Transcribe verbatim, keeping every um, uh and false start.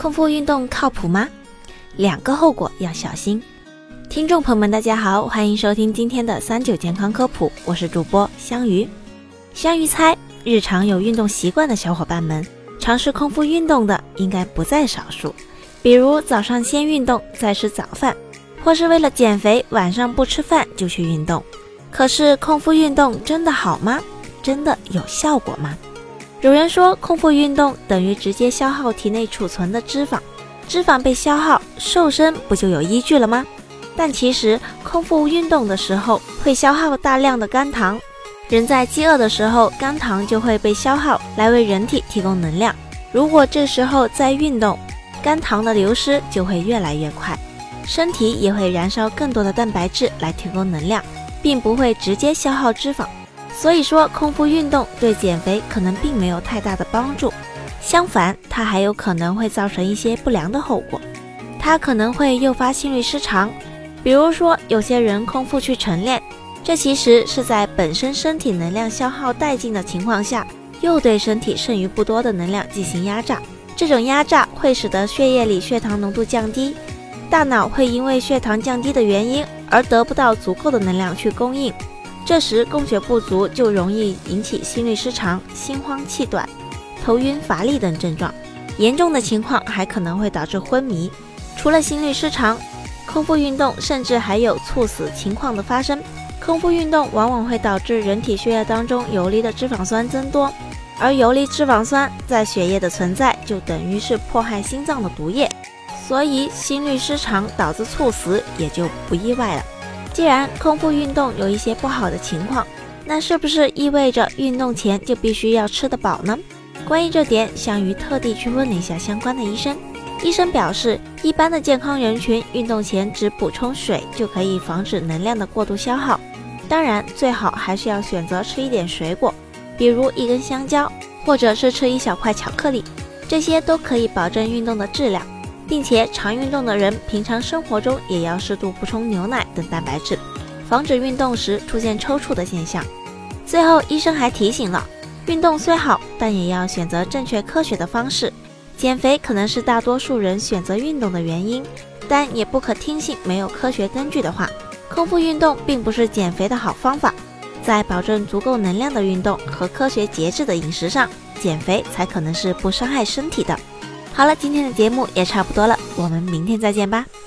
空腹运动靠谱吗？两个后果要小心。听众朋友们大家好，欢迎收听今天的三九健康科普，我是主播香鱼。香鱼猜日常有运动习惯的小伙伴们，尝试空腹运动的应该不在少数，比如早上先运动再吃早饭，或是为了减肥晚上不吃饭就去运动。可是空腹运动真的好吗？真的有效果吗？有人说空腹运动等于直接消耗体内储存的脂肪，脂肪被消耗，瘦身不就有依据了吗？但其实空腹运动的时候会消耗大量的肝糖，人在饥饿的时候肝糖就会被消耗来为人体提供能量，如果这时候再运动，肝糖的流失就会越来越快，身体也会燃烧更多的蛋白质来提供能量，并不会直接消耗脂肪。所以说空腹运动对减肥可能并没有太大的帮助，相反它还有可能会造成一些不良的后果。它可能会诱发心律失常，比如说有些人空腹去晨练，这其实是在本身身体能量消耗殆尽的情况下，又对身体剩余不多的能量进行压榨，这种压榨会使得血液里血糖浓度降低，大脑会因为血糖降低的原因而得不到足够的能量去供应，这时供血不足就容易引起心律失常、心慌气短、头晕乏力等症状，严重的情况还可能会导致昏迷。除了心律失常，空腹运动甚至还有猝死情况的发生。空腹运动往往会导致人体血液当中游离的脂肪酸增多，而游离脂肪酸在血液的存在就等于是迫害心脏的毒液，所以心律失常导致猝死也就不意外了。既然空腹运动有一些不好的情况，那是不是意味着运动前就必须要吃得饱呢？关于这点，香鱼特地去问了一下相关的医生，医生表示一般的健康人群运动前只补充水就可以防止能量的过度消耗，当然最好还是要选择吃一点水果，比如一根香蕉，或者是吃一小块巧克力，这些都可以保证运动的质量，并且常运动的人平常生活中也要适度补充牛奶等蛋白质，防止运动时出现抽搐的现象。最后医生还提醒了，运动虽好，但也要选择正确科学的方式。减肥可能是大多数人选择运动的原因，但也不可听信没有科学根据的话。空腹运动并不是减肥的好方法，在保证足够能量的运动和科学节制的饮食上，减肥才可能是不伤害身体的。好了，今天的节目也差不多了，我们明天再见吧。